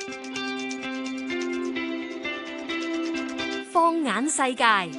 放眼世界。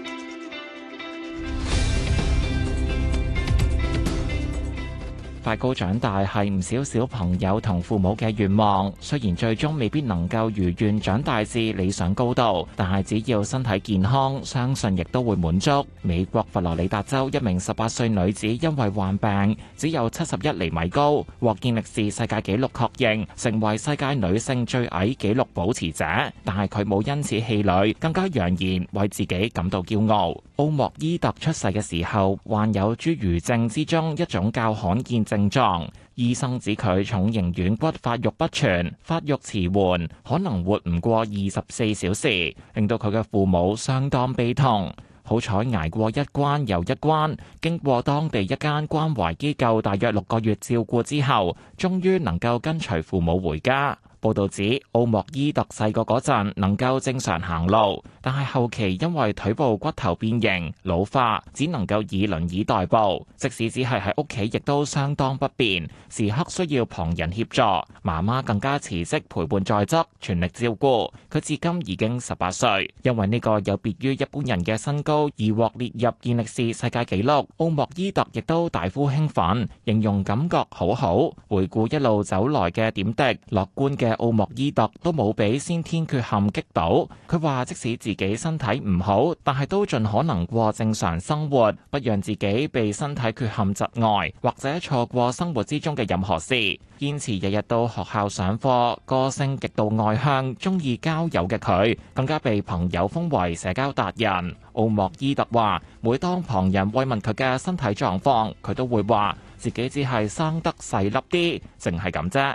快高長大係唔少小朋友同父母嘅願望，雖然最終未必能夠如願長大至理想高度，但係只要身體健康，相信亦都會滿足。美國佛羅里達州一名18歲女子因為患病，只有71厘米高，獲健力士世界紀錄確認，成為世界女性最矮紀錄保持者。但係佢冇因此氣餒，更加揚言為自己感到驕傲。奧莫伊特出世嘅時候患有侏儒症之中一種較罕見症狀，醫生指佢重型軟骨發育不全，發育遲緩，可能活唔過24小時，令到佢嘅父母相當悲痛。好彩捱過一關又一關，經過當地一間關懷機構大約6個月照顧之後，終於能夠跟隨父母回家。報道指，奧莫伊特細個嗰陣能夠正常行路，但係後期因為腿部骨頭變形、老化，只能夠以輪椅代步。即使只係喺屋企，亦都相當不便，時刻需要旁人協助。媽媽更加辭職陪伴在側，全力照顧。佢至今已經18歲，因為呢個有別於一般人嘅身高而獲列入健力士世界紀錄。奧莫伊特亦都大呼興奮，形容感覺好好。回顧一路走來嘅點滴，樂觀嘅奧莫伊特都冇俾先天缺陷擊倒。佢話即使自己身體唔好，但係都盡可能過正常生活，不讓自己被身體缺陷窒礙，或者錯過生活之中嘅任何事。堅持日日到學校上課，個性極度外向，中意交友嘅佢，更加被朋友封為社交達人。奧莫伊特話，每當旁人慰問佢嘅身體狀況，佢都會話自己只係生得細粒啲，淨係咁啫。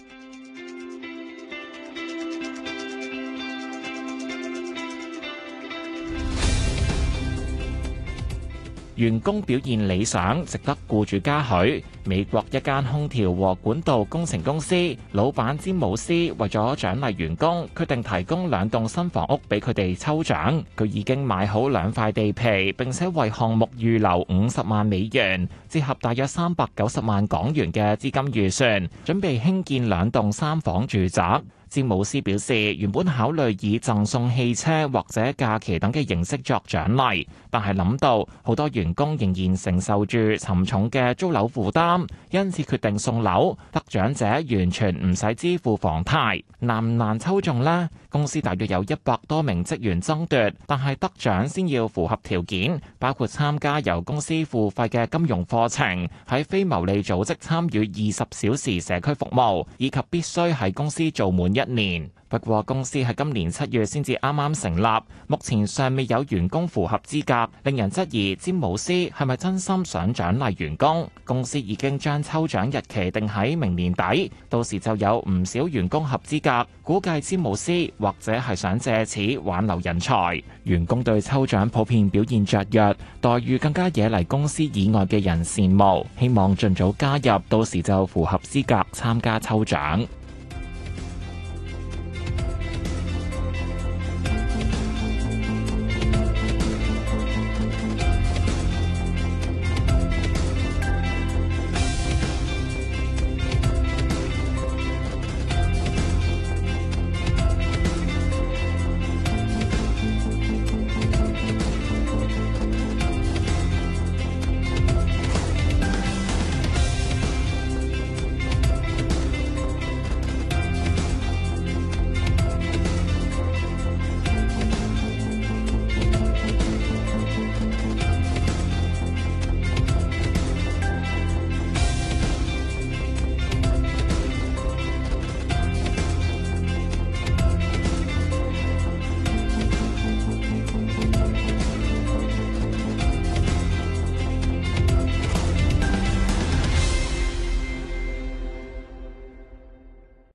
員工表現理想，值得僱主嘉許。美國一間空調和管道工程公司老闆詹姆斯為咗獎勵員工，決定提供2棟新房屋俾佢哋抽獎。佢已經買好2塊地皮，並且為項目預留50萬美元，折合大約390萬港元嘅資金預算，準備興建2棟3房住宅。詹姆斯表示，原本考慮以贈送汽車或者假期等嘅形式作獎勵，但係諗到好多員工仍然承受住沉重嘅租樓負擔，因此決定送樓。得獎者完全唔使支付房貸。難唔難抽中呢？公司大約有100多名職員爭奪，但係得獎先要符合條件，包括參加由公司付費嘅金融課程，喺非牟利組織參與20小時社區服務，以及必須喺公司做滿1年。不過公司喺今年7月先至啱啱成立，目前尚未有員工符合資格，令人質疑詹姆斯係咪真心想獎勵員工。公司已經將抽獎日期定喺明年底，到時就有唔少員工合資格。估計詹姆斯或者係想借此挽留人才。員工對抽獎普遍表現雀躍，待遇更加惹嚟公司以外嘅人羨慕，希望盡早加入，到時就符合資格參加抽獎。